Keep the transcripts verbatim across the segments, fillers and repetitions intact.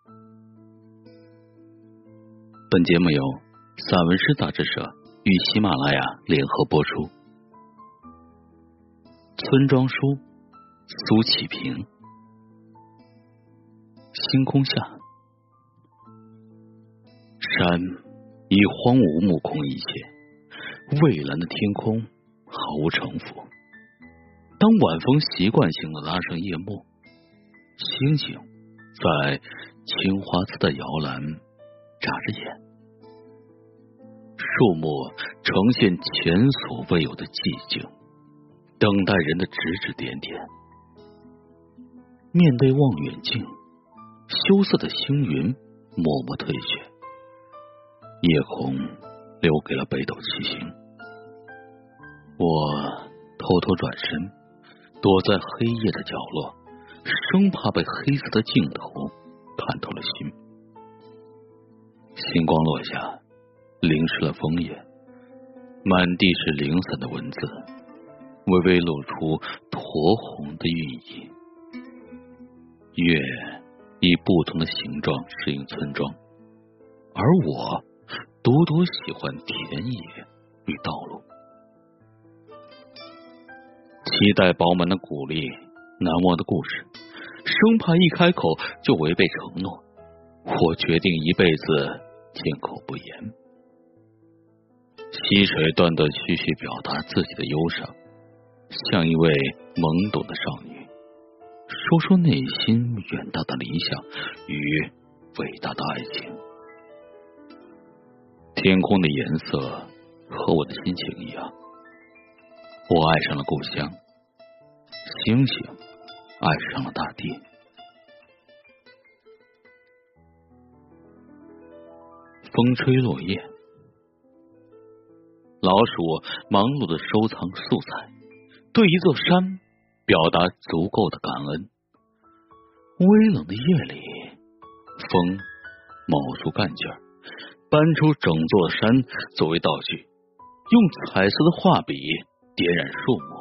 本节目由散文诗杂志社与喜马拉雅联合播出。村庄书，苏启平。星空下，山已荒芜目空一切，蔚蓝的天空毫无城府。当晚风习惯性的拉上夜幕，星星在青花瓷的摇篮眨着眼，树木呈现前所未有的寂静，等待人的指指点点。面对望远镜，羞涩的星云默默退却，夜空留给了北斗七星。我偷偷转身，躲在黑夜的角落，生怕被黑色的镜头看透了心。星光落下，淋湿了枫叶，满地是零散的文字，微微露出酡红的寓意。月以不同的形状适应村庄，而我独独喜欢田野与道路。期待饱满的鼓励，难忘的故事，生怕一开口就违背承诺。我决定一辈子缄口不言。溪水断断续续表达自己的忧伤，像一位懵懂的少女，说说内心远大的理想与伟大的爱情。天空的颜色和我的心情一样，我爱上了故乡，星星爱上了大地。风吹落叶，老鼠忙碌的收藏素材，对一座山表达足够的感恩。微冷的夜里，风卯足干劲儿，搬出整座山作为道具，用彩色的画笔点染树木。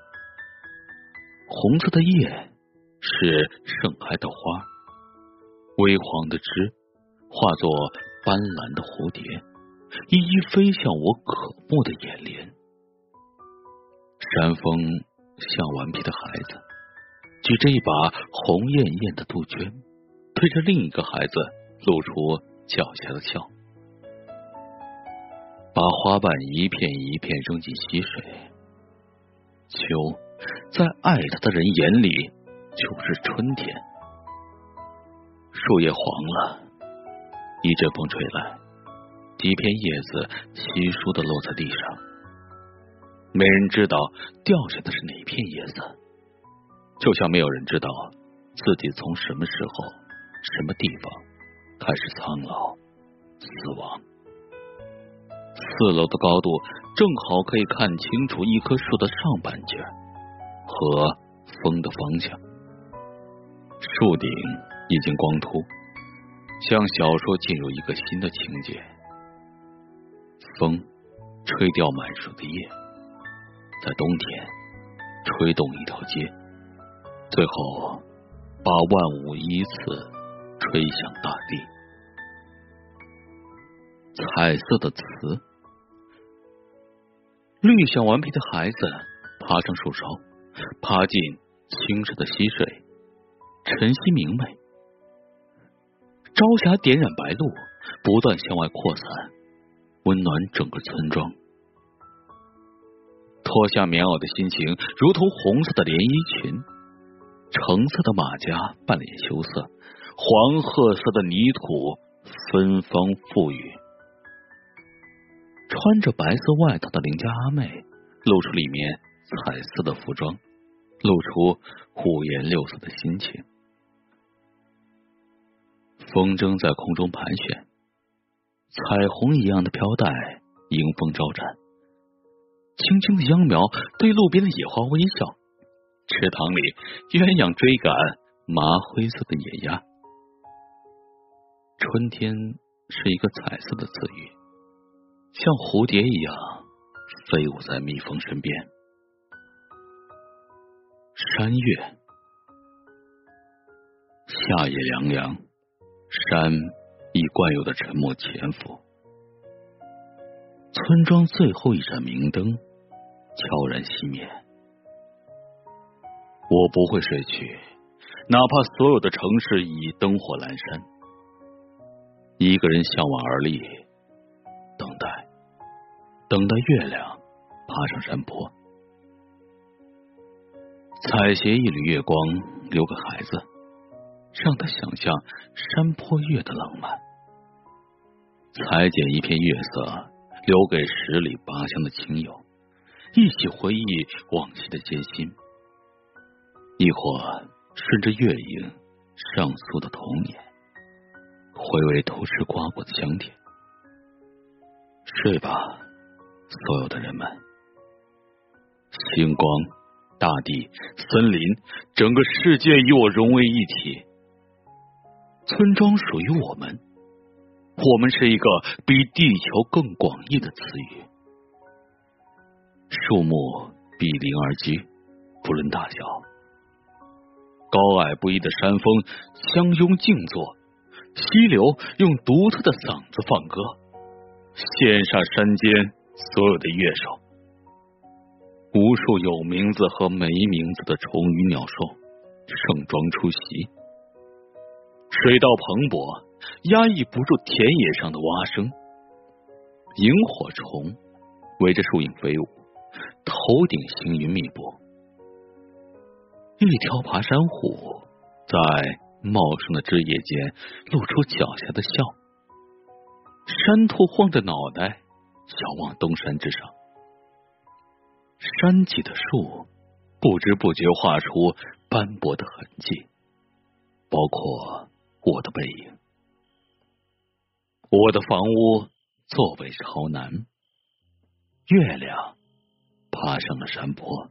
红色的叶是盛开的花，微黄的枝化作斑斓的蝴蝶，一一飞向我渴慕的眼帘。山峰像顽皮的孩子，举着一把红艳艳的杜鹃，对着另一个孩子露出狡黠的笑，把花瓣一片一片扔进溪水。秋在爱他的人眼里就是春天。树叶黄了，一阵风吹来，几片叶子稀疏的落在地上，没人知道掉下的是哪片叶子，就像没有人知道自己从什么时候什么地方开始苍老死亡。四楼的高度正好可以看清楚一棵树的上半截和风的方向，树顶已经光秃，像小说进入一个新的情节。风吹掉满树的叶，在冬天吹动一条街，最后把万物依次吹向大地。彩色的词，绿像顽皮的孩子爬上树梢，爬进清澈的溪水，晨曦明媚，朝霞点染白鹭，不断向外扩散，温暖整个村庄。脱下棉袄的心情如同红色的连衣裙，橙色的马甲半脸羞涩，黄褐色的泥土芬芳馥郁。穿着白色外套的邻家阿妹露出里面彩色的服装，露出五颜六色的心情。风筝在空中盘旋，彩虹一样的飘带迎风招展。轻轻的秧苗对路边的野花微笑，池塘里鸳鸯追赶麻灰色的野鸭。春天是一个彩色的词语，像蝴蝶一样飞舞在蜜蜂身边。山月，夏夜凉凉， 山以惯有的沉默潜伏。村庄最后一盏明灯悄然熄灭。我不会睡去，哪怕所有的城市已灯火阑珊。一个人向晚而立，等待，等待月亮爬上山坡，采撷一缕月光留给孩子，让他想象山坡月的浪漫；裁剪一片月色留给十里八乡的亲友，一起回忆往昔的艰辛，亦或顺着月影上溯的童年，回味偷吃瓜果的香甜。睡吧，所有的人们，星光、大地、森林，整个世界与我融为一体。村庄属于我们，我们是一个比地球更广义的词语。树木比邻而居，不论大小。高矮不一的山峰相拥静坐，溪流用独特的嗓子放歌，羡煞山间所有的乐手。无数有名字和没名字的虫鱼鸟兽盛装出席，水稻蓬勃，压抑不住田野上的蛙声。萤火虫围着树影飞舞，头顶星云密布。一条爬山虎在茂盛的枝叶间露出狡黠的笑。山兔晃着脑袋遥望东山之上，山脊的树不知不觉画出斑驳的痕迹，包括我的背影。我的房屋坐北朝南，月亮爬上了山坡。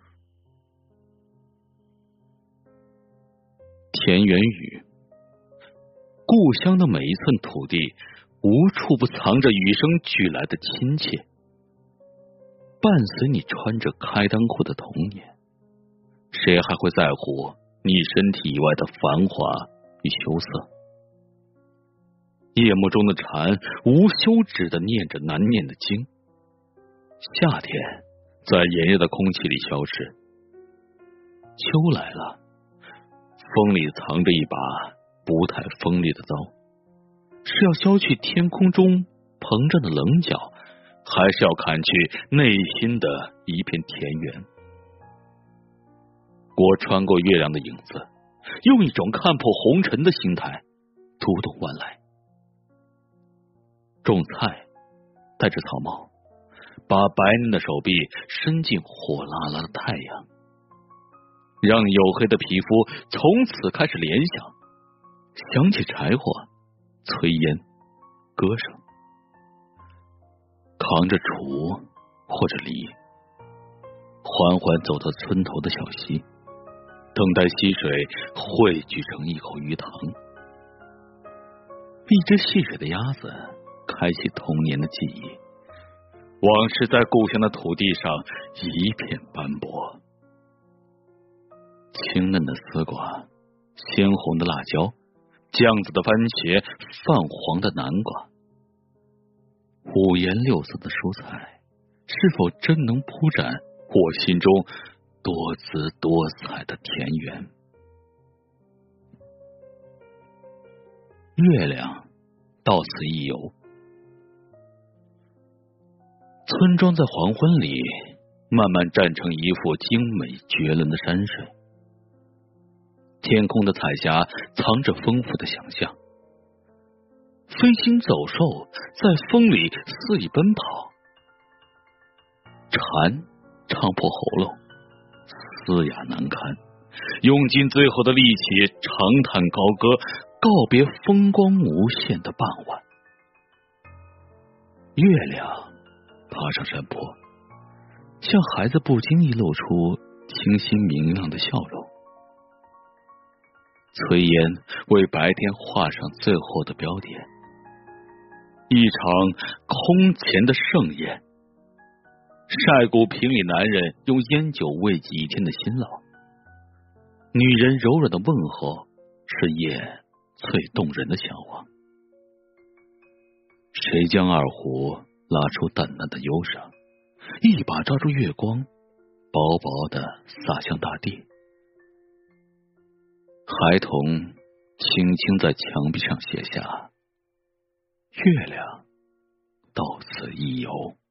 田园语，故乡的每一寸土地，无处不藏着与生俱来的亲切，伴随你穿着开裆裤的童年。谁还会在乎你身体以外的繁华与羞涩？夜幕中的蝉无休止地念着难念的经。夏天在炎热的空气里消失，秋来了，风里藏着一把不太锋利的刀，是要削去天空中膨胀的棱角，还是要砍去内心的一片田园？我穿过月亮的影子，用一种看破红尘的心态读懂万来。种菜，戴着草帽，把白嫩的手臂伸进火辣辣的太阳，让黝黑的皮肤从此开始联想，想起柴火、炊烟、歌声，扛着锄或者犁，缓缓走到村头的小溪，等待溪水汇聚成一口鱼塘。一只戏水的鸭子开启童年的记忆，往事在故乡的土地上一片斑驳。清嫩的丝瓜，鲜红的辣椒，酱紫的番茄，泛黄的南瓜，五颜六色的蔬菜，是否真能铺展我心中多姿多彩的田园？月亮到此一游。村庄在黄昏里慢慢站成一幅精美绝伦的山水，天空的彩霞藏着丰富的想象，飞禽走兽在风里肆意奔跑，蝉唱破喉咙，嘶哑难堪，用尽最后的力气长叹高歌，告别风光无限的傍晚。月亮爬上山坡，像孩子不经意露出清新明亮的笑容。炊烟为白天画上最后的标点，一场空前的盛宴。晒谷坪里，男人用烟酒慰藉一天的辛劳，女人柔软的问候是夜最动人的向往。谁将二胡拉出淡淡的忧伤，一把抓住月光，薄薄的洒向大地。孩童轻轻在墙壁上写下：月亮到此一游。